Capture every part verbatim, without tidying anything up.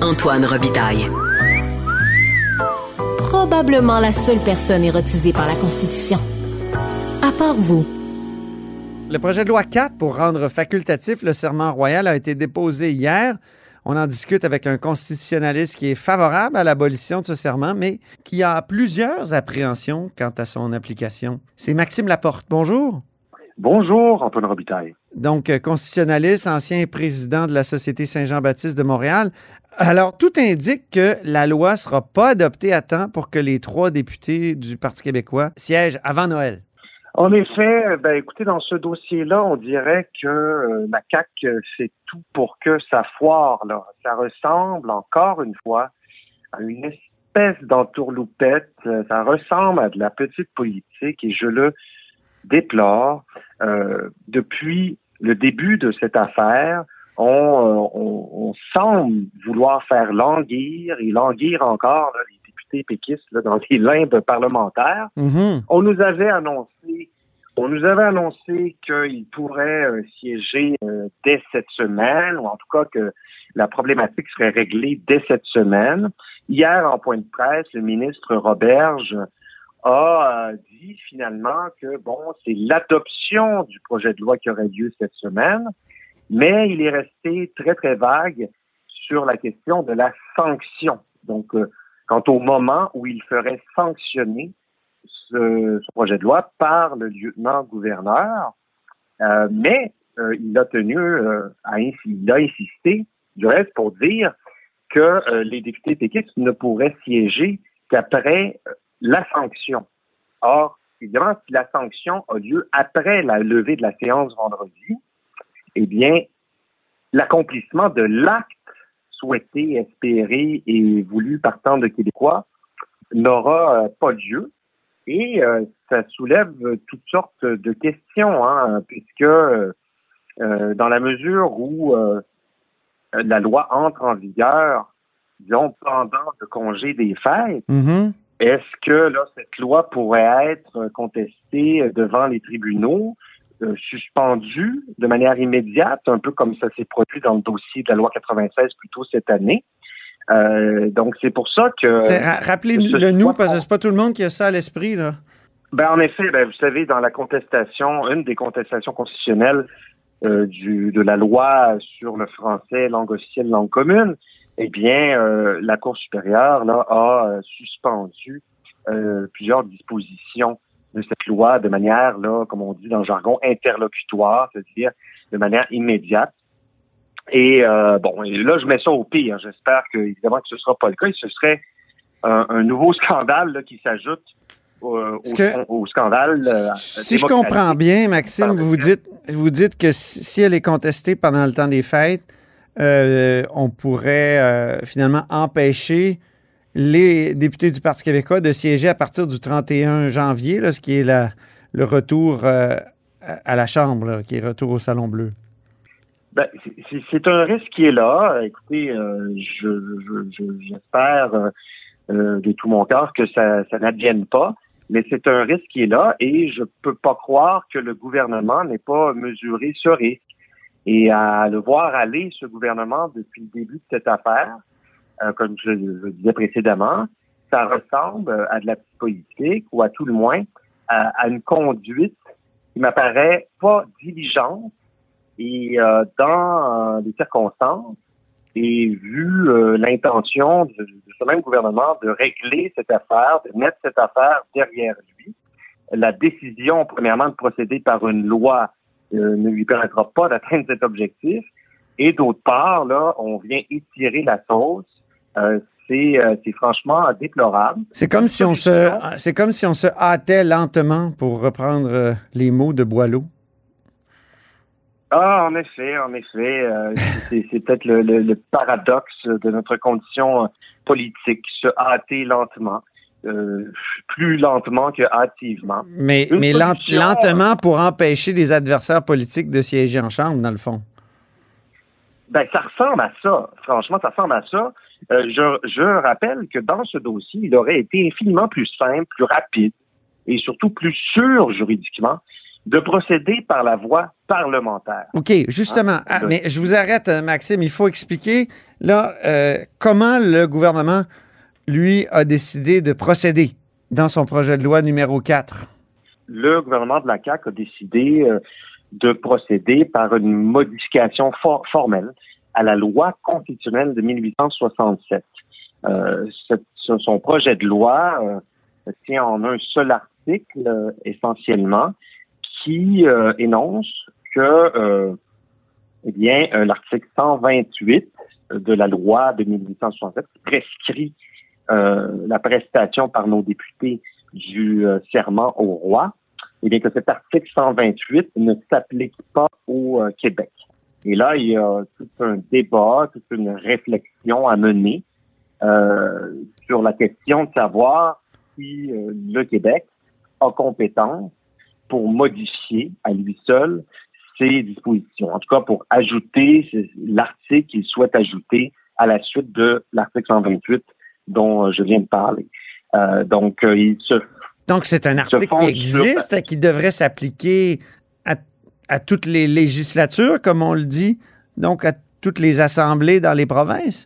Antoine Robitaille. Probablement la seule personne érotisée par la Constitution. À part vous. Le projet de loi quatre pour rendre facultatif le serment royal a été déposé hier. On en discute avec un constitutionnaliste qui est favorable à l'abolition de ce serment, mais qui a plusieurs appréhensions quant à son application. C'est Maxime Laporte. Bonjour. Bonjour, Antoine Robitaille. Donc, constitutionnaliste, ancien président de la Société Saint-Jean-Baptiste de Montréal. Alors, tout indique que la loi ne sera pas adoptée à temps pour que les trois députés du Parti québécois siègent avant Noël. En effet, ben écoutez, dans ce dossier-là, on dirait que euh, la C A Q fait tout pour que ça foire, là. Ça ressemble, encore une fois, à une espèce d'entourloupette. Ça ressemble à de la petite politique et je le déplore. Euh, depuis le début de cette affaire, on, on, on semble vouloir faire languir et languir encore là, les députés péquistes là, dans les limbes parlementaires. Mm-hmm. On nous avait annoncé, on nous avait annoncé qu'ils pourraient euh, siéger euh, dès cette semaine, ou en tout cas que la problématique serait réglée dès cette semaine. Hier, en point de presse, le ministre Roberge a euh, dit finalement que, bon, c'est l'adoption du projet de loi qui aurait lieu cette semaine, mais il est resté très, très vague sur la question de la sanction. Donc, euh, quant au moment où il ferait sanctionner ce, ce projet de loi par le lieutenant-gouverneur, euh, mais euh, il a tenu euh, à il a insisté, du reste, pour dire que euh, les députés péquistes ne pourraient siéger qu'après euh, la sanction. Or, évidemment, si la sanction a lieu après la levée de la séance vendredi, eh bien, l'accomplissement de l'acte souhaité, espéré et voulu par tant de Québécois n'aura euh, pas lieu. Et euh, ça soulève toutes sortes de questions, hein, puisque euh, dans la mesure où euh, la loi entre en vigueur, disons, pendant le congé des fêtes, Mm-hmm. est-ce que là, cette loi pourrait être contestée devant les tribunaux, euh, suspendue de manière immédiate, un peu comme ça s'est produit dans le dossier de la loi quatre-vingt-seize plus tôt cette année? Euh, donc, c'est pour ça que... Rappelez-le nous, parce que c'est pas tout le monde qui a ça à l'esprit, là. Ben, en effet, ben, vous savez, dans la contestation, une des contestations constitutionnelles euh, du, de la loi sur le français, langue officielle, langue commune, eh bien, euh, la Cour supérieure là, a euh, suspendu euh, plusieurs dispositions de cette loi de manière, là, comme on dit dans le jargon, interlocutoire, c'est-à-dire de manière immédiate. Et euh, bon, et là, je mets ça au pire. J'espère que, évidemment, que ce ne sera pas le cas. Et ce serait un, un nouveau scandale là, qui s'ajoute euh, au, que, au scandale. Euh, si je comprends bien, Maxime, vous dites, vous dites que si, si elle est contestée pendant le temps des fêtes, Euh, on pourrait euh, finalement empêcher les députés du Parti québécois de siéger à partir du trente et un janvier, là, ce qui est la, le retour euh, à la Chambre, là, qui est retour au Salon Bleu. Ben, c'est, c'est un risque qui est là. Écoutez, euh, je, je, je, j'espère euh, de tout mon cœur que ça, ça n'advienne pas, mais c'est un risque qui est là et je peux pas croire que le gouvernement n'ait pas mesuré ce risque. Et à le voir aller, ce gouvernement, depuis le début de cette affaire, euh, comme je le disais précédemment, ça ressemble à de la petite politique ou à tout le moins à, à une conduite qui m'apparaît pas diligente et euh, dans euh, les circonstances et vu euh, l'intention de, de ce même gouvernement de régler cette affaire, de mettre cette affaire derrière lui, la décision, premièrement, de procéder par une loi Euh, ne lui permettra pas d'atteindre cet objectif. Et d'autre part, là, on vient étirer la sauce. Euh, c'est, euh, c'est franchement déplorable. C'est comme si on se, c'est comme si on se hâtait lentement, pour reprendre euh, les mots de Boileau. Ah, en effet, en effet, euh, c'est, c'est peut-être le, le, le paradoxe de notre condition politique, se hâter lentement. Euh, plus lentement que hâtivement. Mais, mais lent, lentement pour empêcher des adversaires politiques de siéger en Chambre, dans le fond. Ben, ça ressemble à ça. Franchement, ça ressemble à ça. Euh, je, je rappelle que dans ce dossier, il aurait été infiniment plus simple, plus rapide et surtout plus sûr juridiquement de procéder par la voie parlementaire. OK, justement. Ah, mais je vous arrête, Maxime. Il faut expliquer, là, euh, comment le gouvernement, lui, a décidé de procéder dans son projet de loi numéro quatre. Le gouvernement de la C A Q a décidé euh, de procéder par une modification for- formelle à la loi constitutionnelle de dix-huit cent soixante-sept. Euh, cette, son projet de loi euh, tient en un seul article, euh, essentiellement, qui euh, énonce que, euh, eh bien, euh, l'article cent vingt-huit de la loi de dix-huit cent soixante-sept prescrit euh, la prestation par nos députés du euh, serment au roi, et bien que cet article cent vingt-huit ne s'applique pas au euh, Québec. Et là, il y a tout un débat, toute une réflexion à mener euh, sur la question de savoir si euh, le Québec a compétence pour modifier à lui seul ces dispositions. En tout cas, pour ajouter l'article qu'il souhaite ajouter à la suite de l'article cent vingt-huit dont je viens de parler. Euh, donc, euh, il se Donc, c'est un article qui existe, sur... qui devrait s'appliquer à, à toutes les législatures, comme on le dit, donc à toutes les assemblées dans les provinces?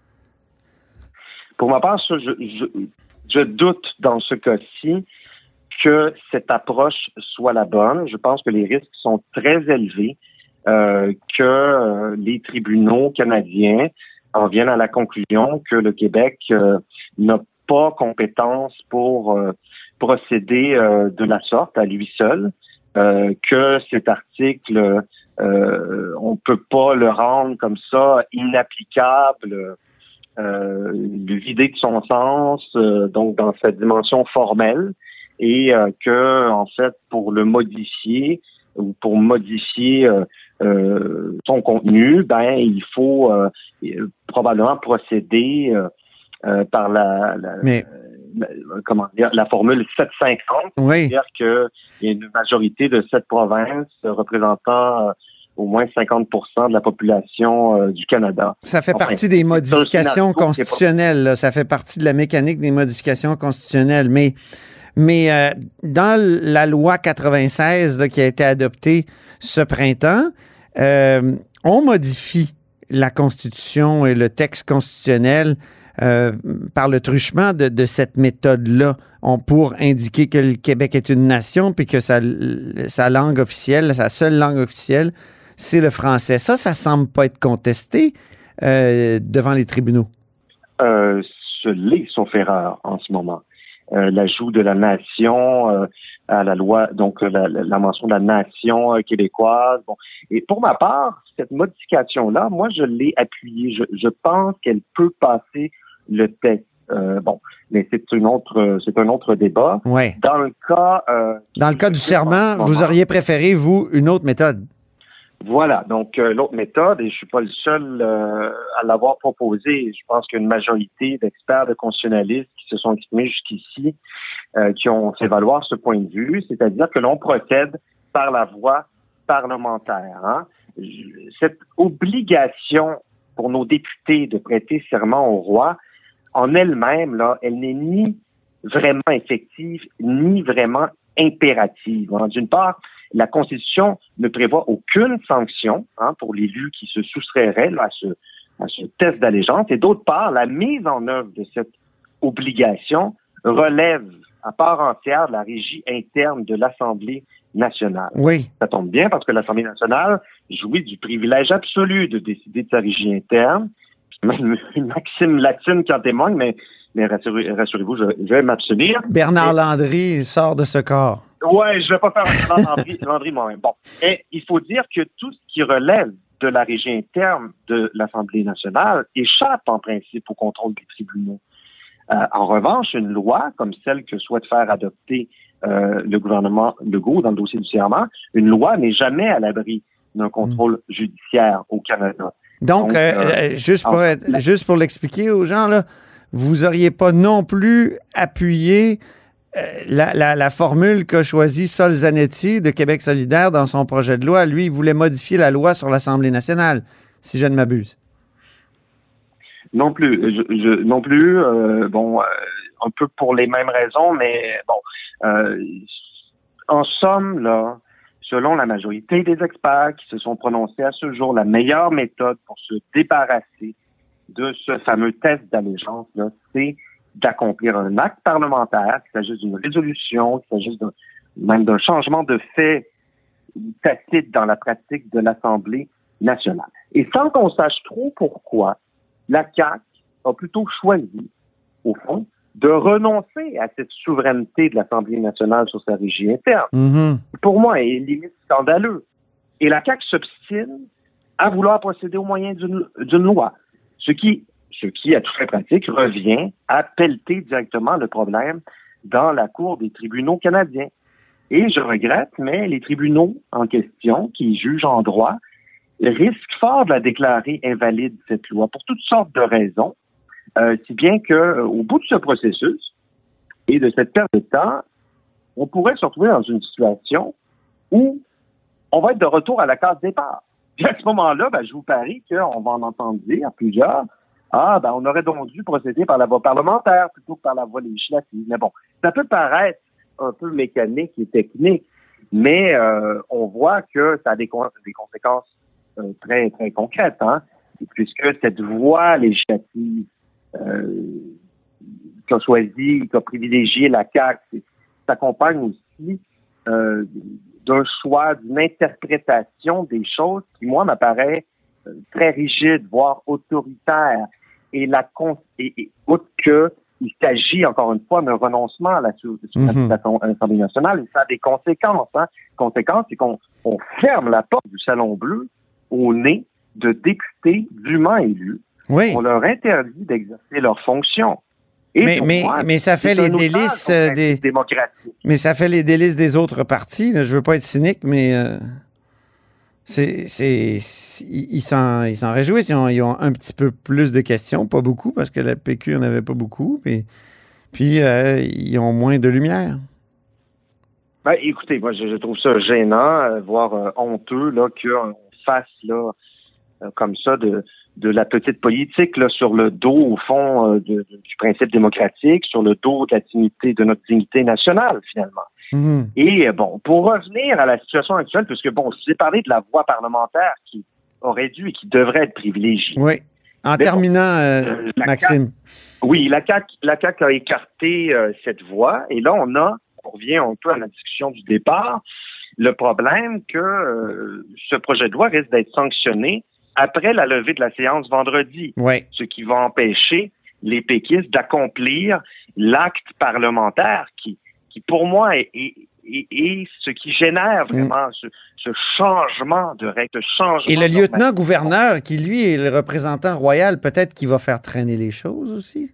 Pour ma part, ça, je, je, je doute dans ce cas-ci que cette approche soit la bonne. Je pense que les risques sont très élevés euh, que euh, les tribunaux canadiens en viennent à la conclusion que le Québec euh, n'a pas compétence pour euh, procéder euh, de la sorte à lui seul, euh, que cet article, euh, on peut pas le rendre comme ça inapplicable, euh, le vider de son sens, euh, donc dans sa dimension formelle, et euh, que en fait pour le modifier ou pour modifier euh, euh, son contenu, ben il faut euh, probablement procéder euh, euh, par la, la Mais... La, comment dire, la formule sept cent cinquante, oui. c'est-à-dire qu'il y a une majorité de sept provinces représentant euh, au moins cinquante pour cent de la population euh, du Canada. Ça fait enfin, partie des modifications constitutionnelles. Là. Ça fait partie de la mécanique des modifications constitutionnelles. Mais, mais euh, dans la loi quatre-vingt-seize là, qui a été adoptée ce printemps, euh, on modifie la Constitution et le texte constitutionnel Euh, par le truchement de, de cette méthode-là, on, pour indiquer que le Québec est une nation puis que sa, sa langue officielle, sa seule langue officielle, c'est le français. Ça, ça semble pas être contesté euh, devant les tribunaux. Euh, ce l'est, sauf erreur, en ce moment. Euh, l'ajout de la nation euh, à la loi, donc la, la mention de la nation euh, québécoise. Bon. Et pour ma part, cette modification-là, moi, je l'ai appuyée. Je, je pense qu'elle peut passer le texte. Euh, bon, mais c'est une autre, c'est un autre débat. Ouais. Dans le cas, euh, dans le cas du serment, vous auriez préféré vous une autre méthode. Voilà. Donc euh, l'autre méthode, et je suis pas le seul euh, à l'avoir proposé. Je pense qu'il y a une majorité d'experts, de constitutionnalistes qui se sont exprimés jusqu'ici, euh, qui ont fait valoir ce point de vue, c'est-à-dire que l'on procède par la voie parlementaire. Hein. Cette obligation pour nos députés de prêter serment au roi, en elle-même, là, elle n'est ni vraiment effective, ni vraiment impérative. Hein. D'une part, la Constitution ne prévoit aucune sanction hein, pour l'élu qui se soustrairait là, à, ce, à ce test d'allégeance. Et d'autre part, la mise en œuvre de cette obligation relève à part entière de la régie interne de l'Assemblée nationale. Oui. Ça tombe bien parce que l'Assemblée nationale jouit du privilège absolu de décider de sa régie interne. Même une maxime latine qui en témoigne, mais, mais rassurez, rassurez-vous, je, je vais m'abstenir. Bernard et, Landry sort de ce corps. Ouais, je vais pas faire un Bernard Landry, Landry moi-même. Bon. Et il faut dire que tout ce qui relève de la régie interne de l'Assemblée nationale échappe en principe au contrôle des tribunaux. Euh, en revanche, une loi comme celle que souhaite faire adopter euh, le gouvernement Legault dans le dossier du serment, une loi n'est jamais à l'abri d'un contrôle mmh. judiciaire au Canada. Donc, Donc euh, euh, juste, pour être, la... juste pour l'expliquer aux gens, là, vous n'auriez pas non plus appuyé euh, la, la, la formule qu'a choisie Sol Zanetti de Québec solidaire dans son projet de loi. Lui, il voulait modifier la loi sur l'Assemblée nationale, si je ne m'abuse. Non plus. Je, je, non plus. Euh, bon, euh, un peu pour les mêmes raisons, mais bon. Euh, en somme, là, selon la majorité des experts qui se sont prononcés à ce jour, la meilleure méthode pour se débarrasser de ce fameux test d'allégeance-là, c'est d'accomplir un acte parlementaire, qu'il s'agisse d'une résolution, qu'il s'agisse d'un, même d'un changement de fait tacite dans la pratique de l'Assemblée nationale. Et sans qu'on sache trop pourquoi, la C A Q a plutôt choisi, au fond, de renoncer à cette souveraineté de l'Assemblée nationale sur sa régie interne. Mm-hmm. Pour moi, est limite scandaleux. Et la C A Q s'obstine à vouloir procéder au moyen d'une, d'une loi, ce qui, ce qui, à toute fin pratique, revient à pelleter directement le problème dans la Cour des tribunaux canadiens. Et je regrette, mais les tribunaux en question, qui jugent en droit, risquent fort de la déclarer invalide, cette loi, pour toutes sortes de raisons, euh, si bien que euh, au bout de ce processus et de cette perte de temps, on pourrait se retrouver dans une situation où on va être de retour à la case départ. Puis à ce moment-là, ben, je vous parie qu'on va en entendre dire plusieurs, ah, ben, on aurait donc dû procéder par la voie parlementaire plutôt que par la voie législative. Mais bon, ça peut paraître un peu mécanique et technique, mais euh, on voit que ça a des, con- des conséquences euh, très, très concrètes, hein, puisque cette voie législative euh, qu'a choisi, qu'a privilégié la C A Q, s'accompagne aussi euh, d'un choix, d'une interprétation des choses qui, moi, m'apparaît euh, très rigide, voire autoritaire. Et la con- et, et outre que il s'agit, encore une fois, d'un renoncement à la souveraineté de l'Assemblée nationale, et ça a des conséquences. Hein. Conséquences, c'est qu'on on ferme la porte du Salon Bleu au nez de députés dûment élus. Oui. On leur interdit d'exercer leurs fonctions. Et mais, mais, moi, mais ça fait les délices des démocratique. Mais ça fait les délices des autres partis. Là. Je veux pas être cynique, mais euh, c'est, c'est, c'est, ils, s'en, ils s'en réjouissent. Ils ont, ils ont un petit peu plus de questions, pas beaucoup, parce que la P Q n'en avait pas beaucoup. Puis, puis euh, ils ont moins de lumière. Ben, écoutez, moi, je, je trouve ça gênant, euh, voire euh, honteux, là, qu'on fasse, là, euh, comme ça, de, de la petite politique, là, sur le dos, au fond, euh, de, de, du principe démocratique, sur le dos de la dignité, de notre dignité nationale, finalement. Mmh. Et, bon, pour revenir à la situation actuelle, puisque, bon, je vous ai parlé de la voie parlementaire qui aurait dû et qui devrait être privilégiée. Oui. En Mais terminant, bon, euh, Maxime. C A Q, oui, la C A Q, la C A Q a écarté euh, cette voie, et là, on a, on revient un peu à la discussion du départ, le problème que euh, ce projet de loi risque d'être sanctionné après la levée de la séance vendredi, oui. Ce qui va empêcher les péquistes d'accomplir l'acte parlementaire qui, qui pour moi, est, est, est, est ce qui génère vraiment mm. ce, ce changement de règle, ce changement. Et le lieutenant-gouverneur, qui lui est le représentant royal, peut-être qu'il va faire traîner les choses aussi.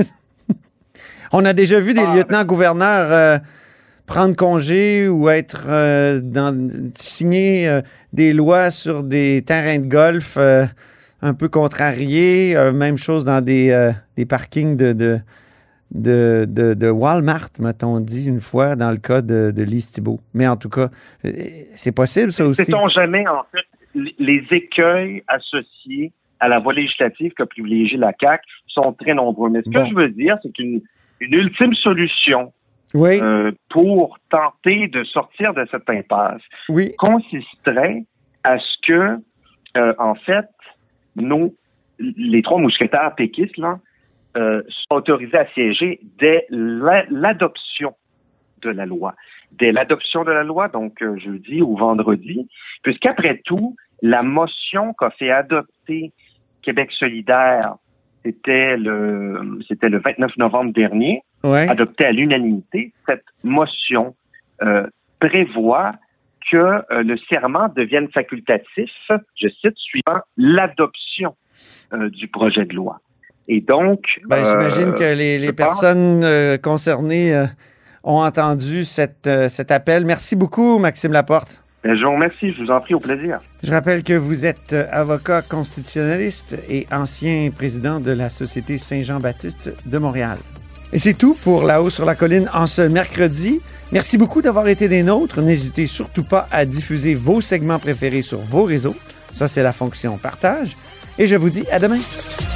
On a déjà vu des ah, lieutenants-gouverneurs euh, prendre congé ou être euh, dans, signer euh, des lois sur des terrains de golf euh, un peu contrariés. Euh, même chose dans des, euh, des parkings de, de, de, de, de Walmart, m'a-t-on dit une fois, dans le cas de, de Lise Thibault. Mais en tout cas, c'est possible, ça aussi. Sait-on jamais, en fait, les écueils associés à la voie législative qu'a privilégié la C A Q sont très nombreux. Mais ce bon. que je veux dire, c'est qu'une une ultime solution oui. euh, pour tenter de sortir de cette impasse oui. consisterait à ce que, euh, en fait, nos, les trois mousquetaires péquistes là, euh, soient autorisés à siéger dès la, l'adoption de la loi. Dès l'adoption de la loi, donc euh, jeudi ou vendredi, puisqu'après tout, la motion qu'a fait adopter Québec solidaire, c'était le c'était le vingt-neuf novembre dernier, ouais. adoptée à l'unanimité. Cette motion euh, prévoit que euh, le serment devienne facultatif, je cite, suivant l'adoption euh, du projet de loi. Et donc... Ben, euh, j'imagine que les, les personnes pense... euh, concernées euh, ont entendu cette, euh, cet appel. Merci beaucoup, Maxime Laporte. Je vous remercie, je vous en prie, au plaisir. Je rappelle que vous êtes avocat constitutionnaliste et ancien président de la Société Saint-Jean-Baptiste de Montréal. Et c'est tout pour Là-haut sur la colline en ce mercredi. Merci beaucoup d'avoir été des nôtres. N'hésitez surtout pas à diffuser vos segments préférés sur vos réseaux. Ça, c'est la fonction partage. Et je vous dis à demain.